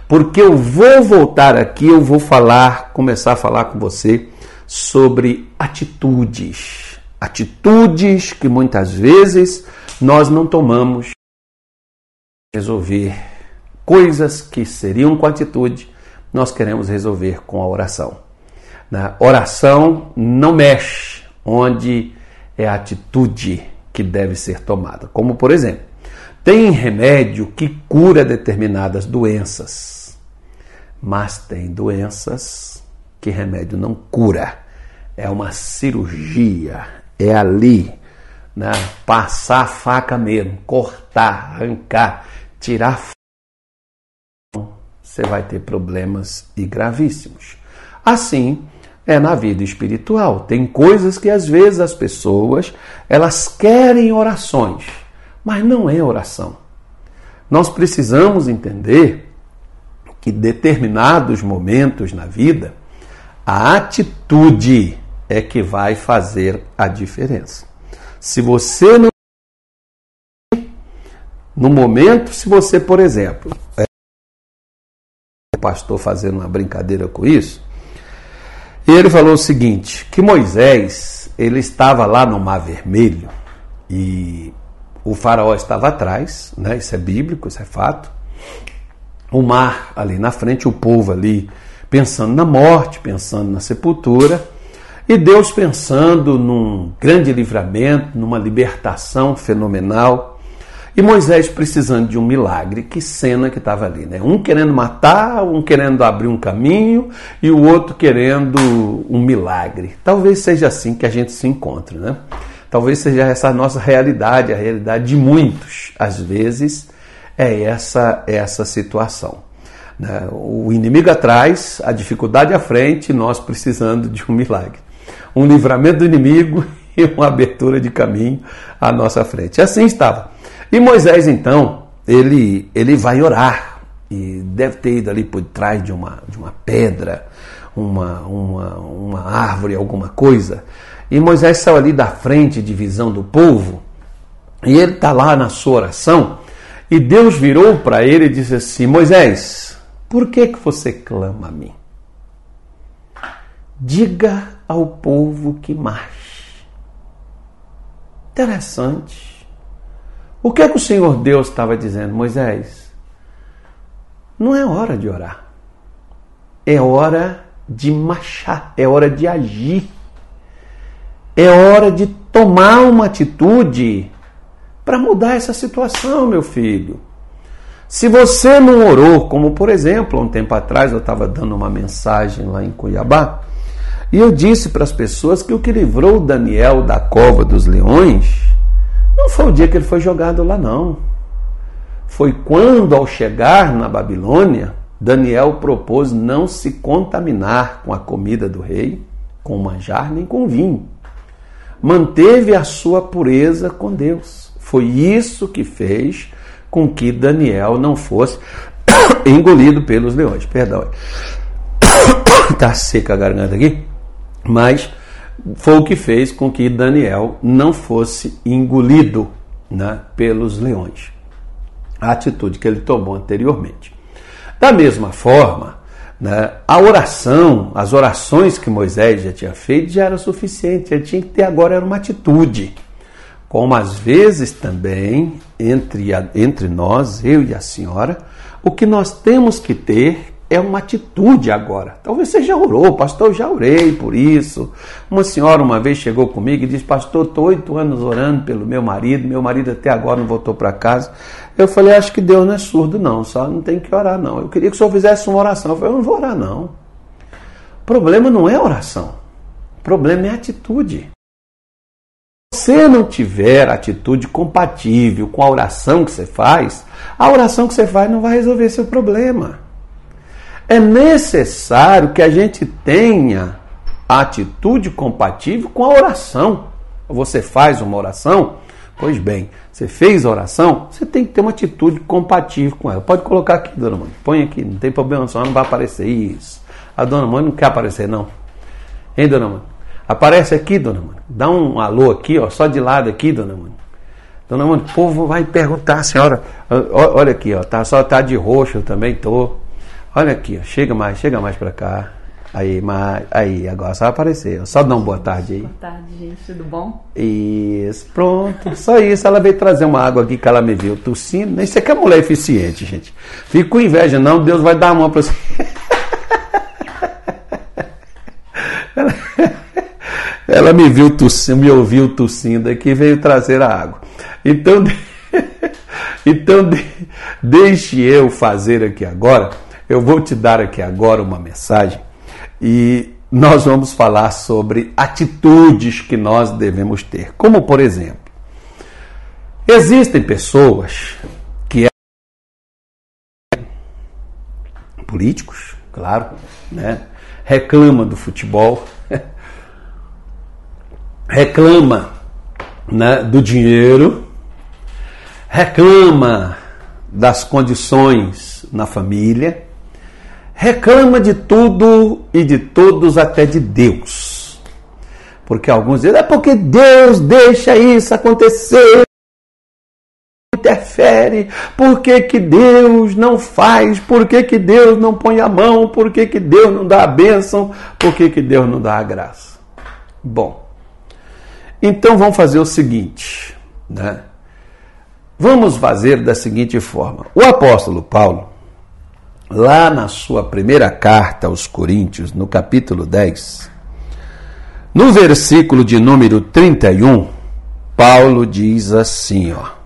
porque eu vou voltar aqui, eu vou começar a falar com você sobre atitudes. Atitudes que muitas vezes nós não tomamos para resolver coisas que seriam com atitude, nós queremos resolver com a oração. Na oração não mexe onde é a atitude que deve ser tomada. Como, por exemplo, tem remédio que cura determinadas doenças, mas tem doenças que remédio não cura. É uma cirurgia, é ali, né? Passar a faca mesmo, cortar, arrancar, tirar. Você vai ter problemas e gravíssimos. Assim é na vida espiritual. Tem coisas que às vezes as pessoas elas querem orações, mas não é oração. Nós precisamos entender que em determinados momentos na vida, a atitude é que vai fazer a diferença. Se você não... No momento, se você, por exemplo... O pastor fazendo uma brincadeira com isso, e ele falou o seguinte, que Moisés, ele estava lá no Mar Vermelho, e o faraó estava atrás, né? Isso é bíblico, isso é fato. O mar ali na frente, o povo ali pensando na morte, pensando na sepultura, e Deus pensando num grande livramento, numa libertação fenomenal, e Moisés precisando de um milagre. Que cena que estava ali, né? Um querendo matar, um querendo abrir um caminho, e o outro querendo um milagre. Talvez seja assim que a gente se encontre, né? Talvez seja essa a nossa realidade, a realidade de muitos. Às vezes é essa situação, né? O inimigo atrás, a dificuldade à frente, nós precisando de um milagre. Um livramento do inimigo e uma abertura de caminho à nossa frente. E assim estava. E Moisés, então, ele vai orar. E deve ter ido ali por trás de uma pedra, uma árvore, alguma coisa. E Moisés saiu ali da frente de visão do povo. E ele está lá na sua oração. E Deus virou para ele e disse assim: Moisés, por que você clama a mim? Diga ao povo que marche. Interessante. O que é que o Senhor Deus estava dizendo? Moisés, não é hora de orar. É hora de marchar, é hora de agir. É hora de tomar uma atitude para mudar essa situação, meu filho. Se você não orou, como por exemplo, há um tempo atrás eu estava dando uma mensagem lá em Cuiabá, e eu disse para as pessoas que o que livrou Daniel da cova dos leões não foi o dia que ele foi jogado lá, não. Foi quando, ao chegar na Babilônia, Daniel propôs não se contaminar com a comida do rei, com o manjar, nem com o vinho. Manteve a sua pureza com Deus. Foi isso que fez com que Daniel não fosse engolido pelos leões. Perdão. Está seca a garganta aqui. Mas foi o que fez com que Daniel não fosse engolido, né, pelos leões. A atitude que ele tomou anteriormente. Da mesma forma, né, a oração, as orações que Moisés já tinha feito já era suficiente. Ele tinha que ter agora uma atitude. Como às vezes também, entre nós, eu e a senhora, o que nós temos que ter é uma atitude agora. Talvez você já orou, pastor, eu já orei por isso. Uma senhora uma vez chegou comigo e disse: pastor, estou 8 anos orando pelo meu marido até agora não voltou para casa. Eu falei: acho que Deus não é surdo não, só não tem que orar não. Eu queria que o senhor fizesse uma oração. Eu falei: eu não vou orar não. O problema não é oração, o problema é atitude. Se você não tiver atitude compatível com a oração que você faz, a oração que você faz não vai resolver seu problema. É necessário que a gente tenha a atitude compatível com a oração. Você faz uma oração, pois bem, você fez a oração, você tem que ter uma atitude compatível com ela. Pode colocar aqui, dona Mônica, põe aqui, não tem problema, só não vai aparecer isso. A dona Mônica não quer aparecer, não. Hein, dona Mônica? Aparece aqui, dona Mônica. Dá um alô aqui, ó, só de lado aqui, dona Mônica. Dona Mônica, o povo vai perguntar, senhora, olha aqui, ó, só tá de roxo, eu também tô. Olha aqui, ó, chega mais pra cá. Aí, agora só vai aparecer. Só dá uma boa tarde aí. Boa tarde, gente. Tudo bom? Isso, pronto. Só isso. Ela veio trazer uma água aqui que ela me viu tossindo. Isso aqui é mulher eficiente, gente. Fico com inveja, não. Deus vai dar a mão pra você. Ela me viu tossindo, me ouviu tossindo aqui e veio trazer a água. Então deixe eu fazer aqui agora. Eu vou te dar aqui agora uma mensagem e nós vamos falar sobre atitudes que nós devemos ter. Como, por exemplo, existem pessoas que políticos, claro, né? Reclama do futebol, reclama, né, do dinheiro, reclama das condições na família, reclama de tudo e de todos, até de Deus. Porque alguns dizem, é porque Deus deixa isso acontecer, interfere, por que que Deus não faz, por que que Deus não põe a mão, por que que Deus não dá a bênção, por que que Deus não dá a graça. Bom, então vamos fazer o seguinte, né? Vamos fazer da seguinte forma. O apóstolo Paulo, lá na sua primeira carta aos Coríntios, no capítulo 10, no versículo de número 31, Paulo diz assim, ó: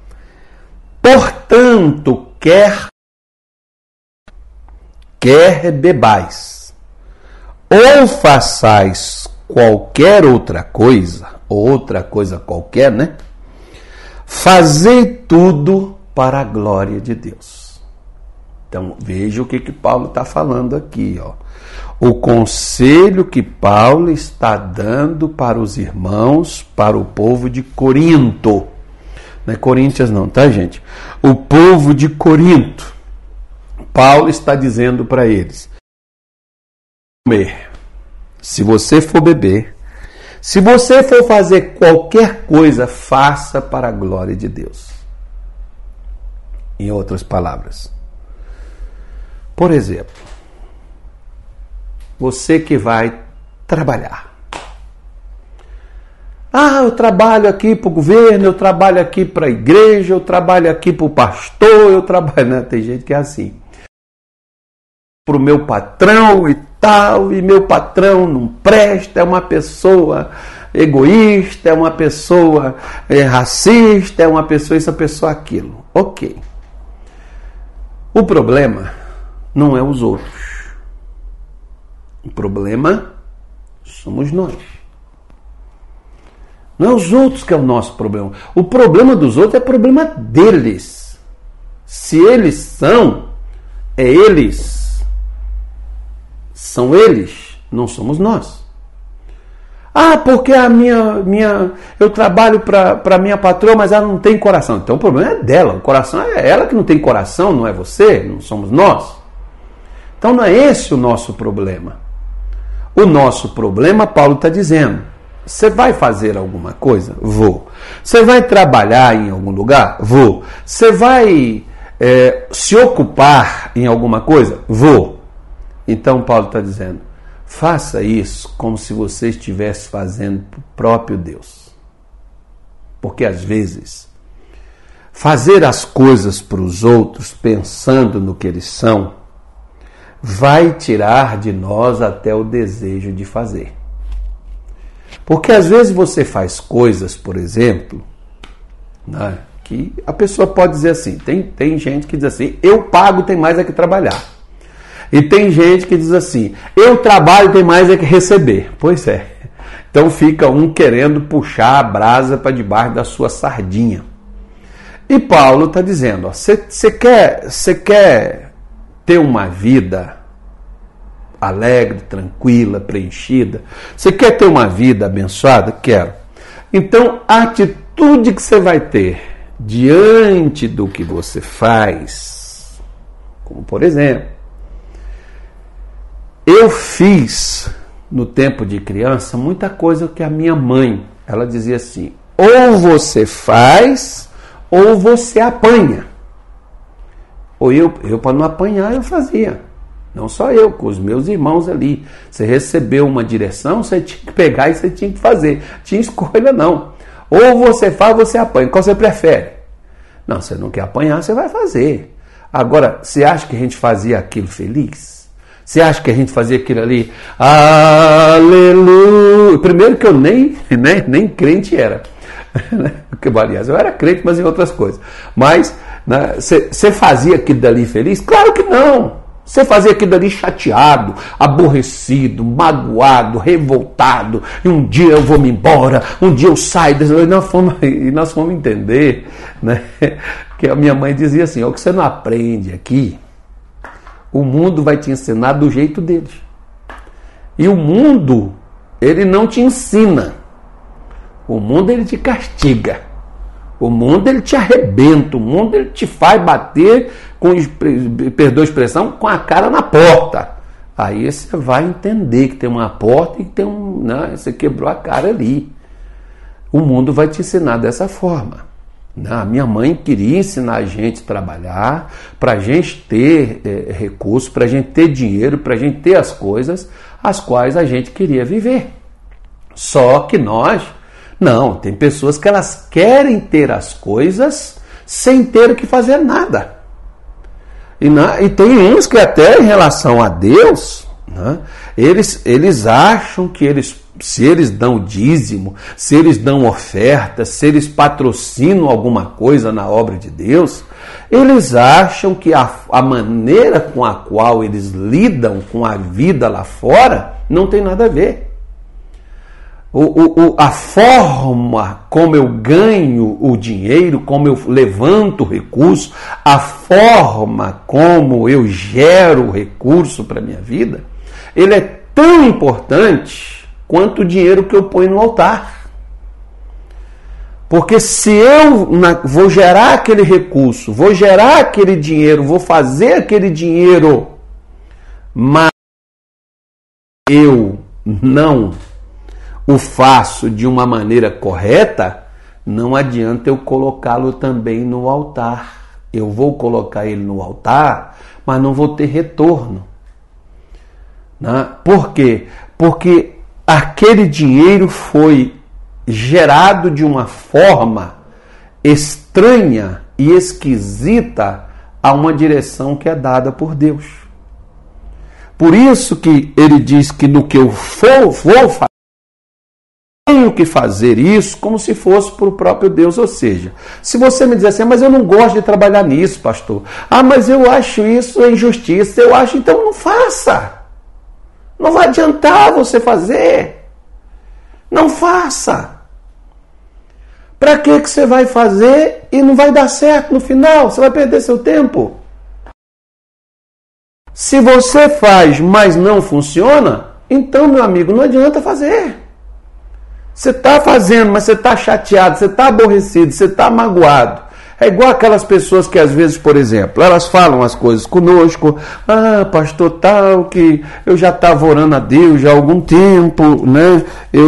portanto, quer bebais, ou façais qualquer outra coisa qualquer, né? Fazei tudo para a glória de Deus. Então, veja o que Paulo está falando aqui, ó. O conselho que Paulo está dando para os irmãos, para o povo de Corinto. Não é Coríntios não, tá, gente? O povo de Corinto. Paulo está dizendo para eles: se você for beber, se você for fazer qualquer coisa, faça para a glória de Deus. Em outras palavras, por exemplo, você que vai trabalhar. Eu trabalho aqui para o governo, eu trabalho aqui para a igreja, eu trabalho aqui para o pastor, eu trabalho... Não, tem gente que é assim. Para o meu patrão e tal, e meu patrão não presta, é uma pessoa egoísta, é uma pessoa racista, é uma pessoa isso, é uma pessoa aquilo. Ok. O problema não é os outros. O problema somos nós. Não é os outros que é o nosso problema. O problema dos outros é problema deles. Se eles são, é eles. São eles, não somos nós. Porque eu trabalho para minha patroa, mas ela não tem coração. Então o problema é dela. O coração é ela que não tem coração, não é você, não somos nós. Então não é esse o nosso problema. O nosso problema, Paulo está dizendo: você vai fazer alguma coisa? Vou. Você vai trabalhar em algum lugar? Vou. Você vai se ocupar em alguma coisa? Vou. Então Paulo está dizendo: faça isso como se você estivesse fazendo para o próprio Deus. Porque às vezes, fazer as coisas para os outros pensando no que eles são, vai tirar de nós até o desejo de fazer. Porque às vezes você faz coisas, por exemplo, né, que a pessoa pode dizer assim, tem gente que diz assim: eu pago, tem mais é que trabalhar. E tem gente que diz assim: eu trabalho, tem mais é que receber. Pois é. Então fica um querendo puxar a brasa para debaixo da sua sardinha. E Paulo está dizendo: você quer ter uma vida alegre, tranquila, preenchida? Você quer ter uma vida abençoada? Quero. Então a atitude que você vai ter diante do que você faz, como por exemplo, eu fiz, no tempo de criança, muita coisa que a minha mãe, ela dizia assim: ou você faz, ou você apanha. Ou eu para não apanhar, eu fazia. Não só eu, com os meus irmãos ali. Você recebeu uma direção, você tinha que pegar e você tinha que fazer. Tinha escolha não. Ou você faz ou você apanha. Qual você prefere? Não, você não quer apanhar, você vai fazer. Agora, você acha que a gente fazia aquilo feliz? Você acha que a gente fazia aquilo ali? Aleluia! Primeiro que eu nem crente era. Porque, aliás, eu era crente, mas em outras coisas. Mas, né, você fazia aquilo dali feliz? Claro que não! Você fazia aquilo dali chateado, aborrecido, magoado, revoltado. E um dia eu vou me embora, um dia eu saio. E nós fomos entender, né, que a minha mãe dizia assim, o que você não aprende aqui, o mundo vai te ensinar do jeito deles. E o mundo, ele não te ensina. O mundo, ele te castiga. O mundo, ele te arrebenta. O mundo, ele te faz bater, perdoa a expressão, com a cara na porta. Aí você vai entender que tem uma porta e que tem você quebrou a cara ali. O mundo vai te ensinar dessa forma. A minha mãe queria ensinar a gente a trabalhar, para a gente ter recursos, para a gente ter dinheiro, para a gente ter as coisas as quais a gente queria viver. Só que nós... Não, tem pessoas que elas querem ter as coisas sem ter que fazer nada. E tem uns que até em relação a Deus, né, eles acham que se eles dão dízimo, se eles dão oferta, se eles patrocinam alguma coisa na obra de Deus, eles acham que a maneira com a qual eles lidam com a vida lá fora não tem nada a ver. A forma como eu ganho o dinheiro, como eu levanto o recurso, a forma como eu gero o recurso para a minha vida, ele é tão importante quanto o dinheiro que eu ponho no altar. Porque se eu vou gerar aquele recurso, vou gerar aquele dinheiro, vou fazer aquele dinheiro, mas eu não o faço de uma maneira correta, não adianta eu colocá-lo também no altar. Eu vou colocar ele no altar, mas não vou ter retorno. Né? Por quê? Porque aquele dinheiro foi gerado de uma forma estranha e esquisita a uma direção que é dada por Deus. Por isso que ele diz que no que eu vou fazer, tenho que fazer isso como se fosse para o próprio Deus. Ou seja, se você me dizer assim, mas eu não gosto de trabalhar nisso, pastor. Mas eu acho isso injustiça. Eu acho, então não faça. Não vai adiantar você fazer. Não faça. Para que você vai fazer e não vai dar certo no final? Você vai perder seu tempo. Se você faz, mas não funciona, então, meu amigo, não adianta fazer. Você está fazendo, mas você está chateado, você está aborrecido, você está magoado. É igual aquelas pessoas que às vezes, por exemplo, elas falam as coisas conosco, pastor tal, que eu já estava orando a Deus já há algum tempo, né?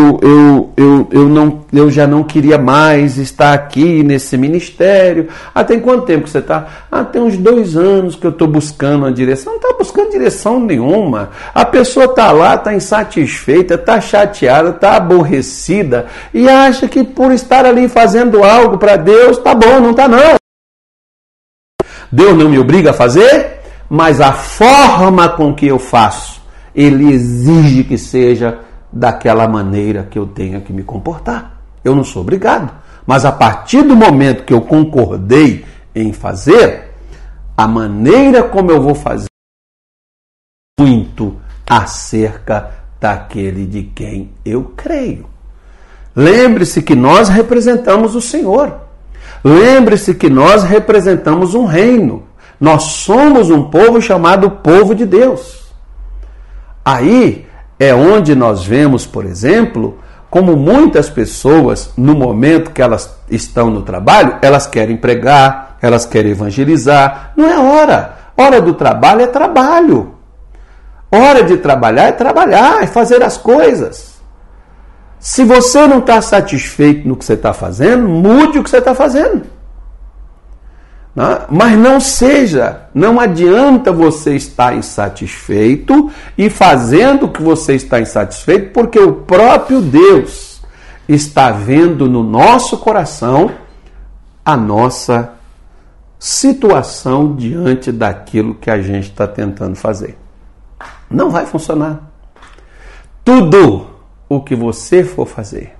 Eu já não queria mais estar aqui nesse ministério. Tem quanto tempo que você está? Tem uns 2 anos que eu estou buscando uma direção. Não está buscando direção nenhuma. A pessoa está lá, está insatisfeita, está chateada, está aborrecida e acha que por estar ali fazendo algo para Deus, tá bom, não está não. Deus não me obriga a fazer, mas a forma com que eu faço, Ele exige que seja daquela maneira que eu tenha que me comportar. Eu não sou obrigado, mas a partir do momento que eu concordei em fazer, a maneira como eu vou fazer muito acerca daquele de quem eu creio. Lembre-se que nós representamos o Senhor. Lembre-se que nós representamos um reino. Nós somos um povo chamado povo de Deus. Aí é onde nós vemos, por exemplo, como muitas pessoas, no momento que elas estão no trabalho, elas querem pregar, elas querem evangelizar. Não é hora. Hora do trabalho é trabalho. Hora de trabalhar é trabalhar, é fazer as coisas. Se você não está satisfeito no que você está fazendo, mude o que você está fazendo. Mas não adianta você estar insatisfeito e fazendo o que você está insatisfeito, porque o próprio Deus está vendo no nosso coração a nossa situação diante daquilo que a gente está tentando fazer. Não vai funcionar. Tudo o que você for fazer,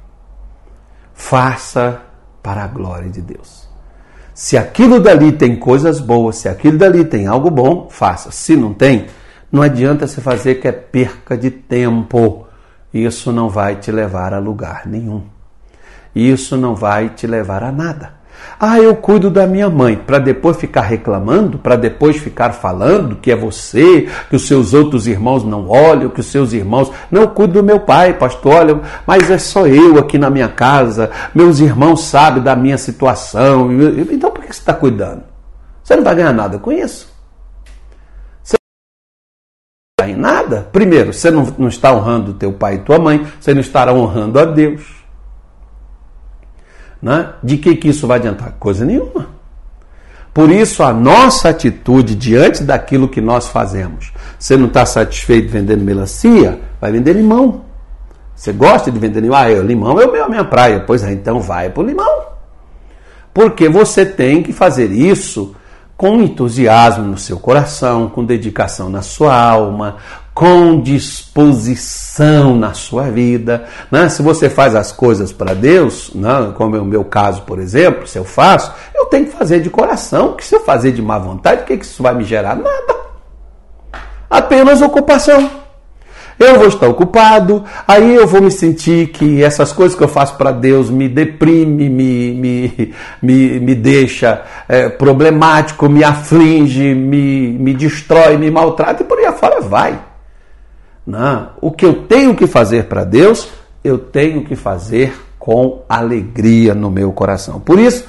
faça para a glória de Deus. Se aquilo dali tem coisas boas, se aquilo dali tem algo bom, faça. Se não tem, não adianta você fazer que é perca de tempo. Isso não vai te levar a lugar nenhum. Isso não vai te levar a nada. Eu cuido da minha mãe, para depois ficar reclamando, para depois ficar falando que é você, que os seus outros irmãos não olham, que os seus irmãos... Não, eu cuido do meu pai, pastor, olha, mas é só eu aqui na minha casa, meus irmãos sabem da minha situação. Então por que você está cuidando? Você não vai ganhar nada com isso. Você não vai ganhar nada. Primeiro, você não está honrando teu pai e tua mãe, você não estará honrando a Deus. De que isso vai adiantar? Coisa nenhuma. Por isso, a nossa atitude diante daquilo que nós fazemos. Você não está satisfeito vendendo melancia? Vai vender limão. Você gosta de vender limão? Limão é a minha praia. Pois é, então vai para o limão. Porque você tem que fazer isso com entusiasmo no seu coração, com dedicação na sua alma, com disposição na sua vida. Se você faz as coisas para Deus, como é o meu caso, por exemplo, se eu faço, eu tenho que fazer de coração, porque se eu fazer de má vontade, o que isso vai me gerar? Nada. Apenas ocupação. Eu vou estar ocupado, aí eu vou me sentir que essas coisas que eu faço para Deus me deprime, me deixa problemático, me aflige, me destrói, me maltrata e por aí afora vai. O que eu tenho que fazer para Deus, eu tenho que fazer com alegria no meu coração. Por isso,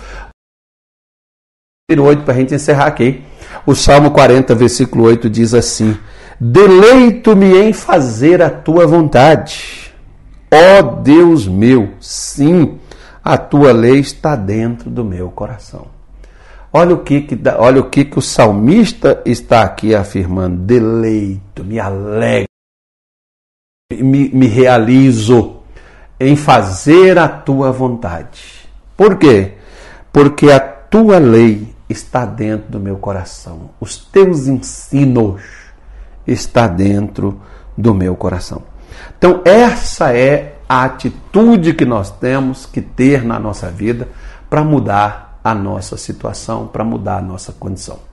8, para a gente encerrar aqui, o Salmo 40, versículo 8 diz assim: deleito-me em fazer a tua vontade, ó Deus meu, sim, a tua lei está dentro do meu coração. Olha o que o salmista está aqui afirmando: deleito, me alegro, me realizo em fazer a tua vontade. Por quê? Porque a tua lei está dentro do meu coração. Os teus ensinos está dentro do meu coração. Então essa é a atitude que nós temos que ter na nossa vida para mudar a nossa situação, para mudar a nossa condição.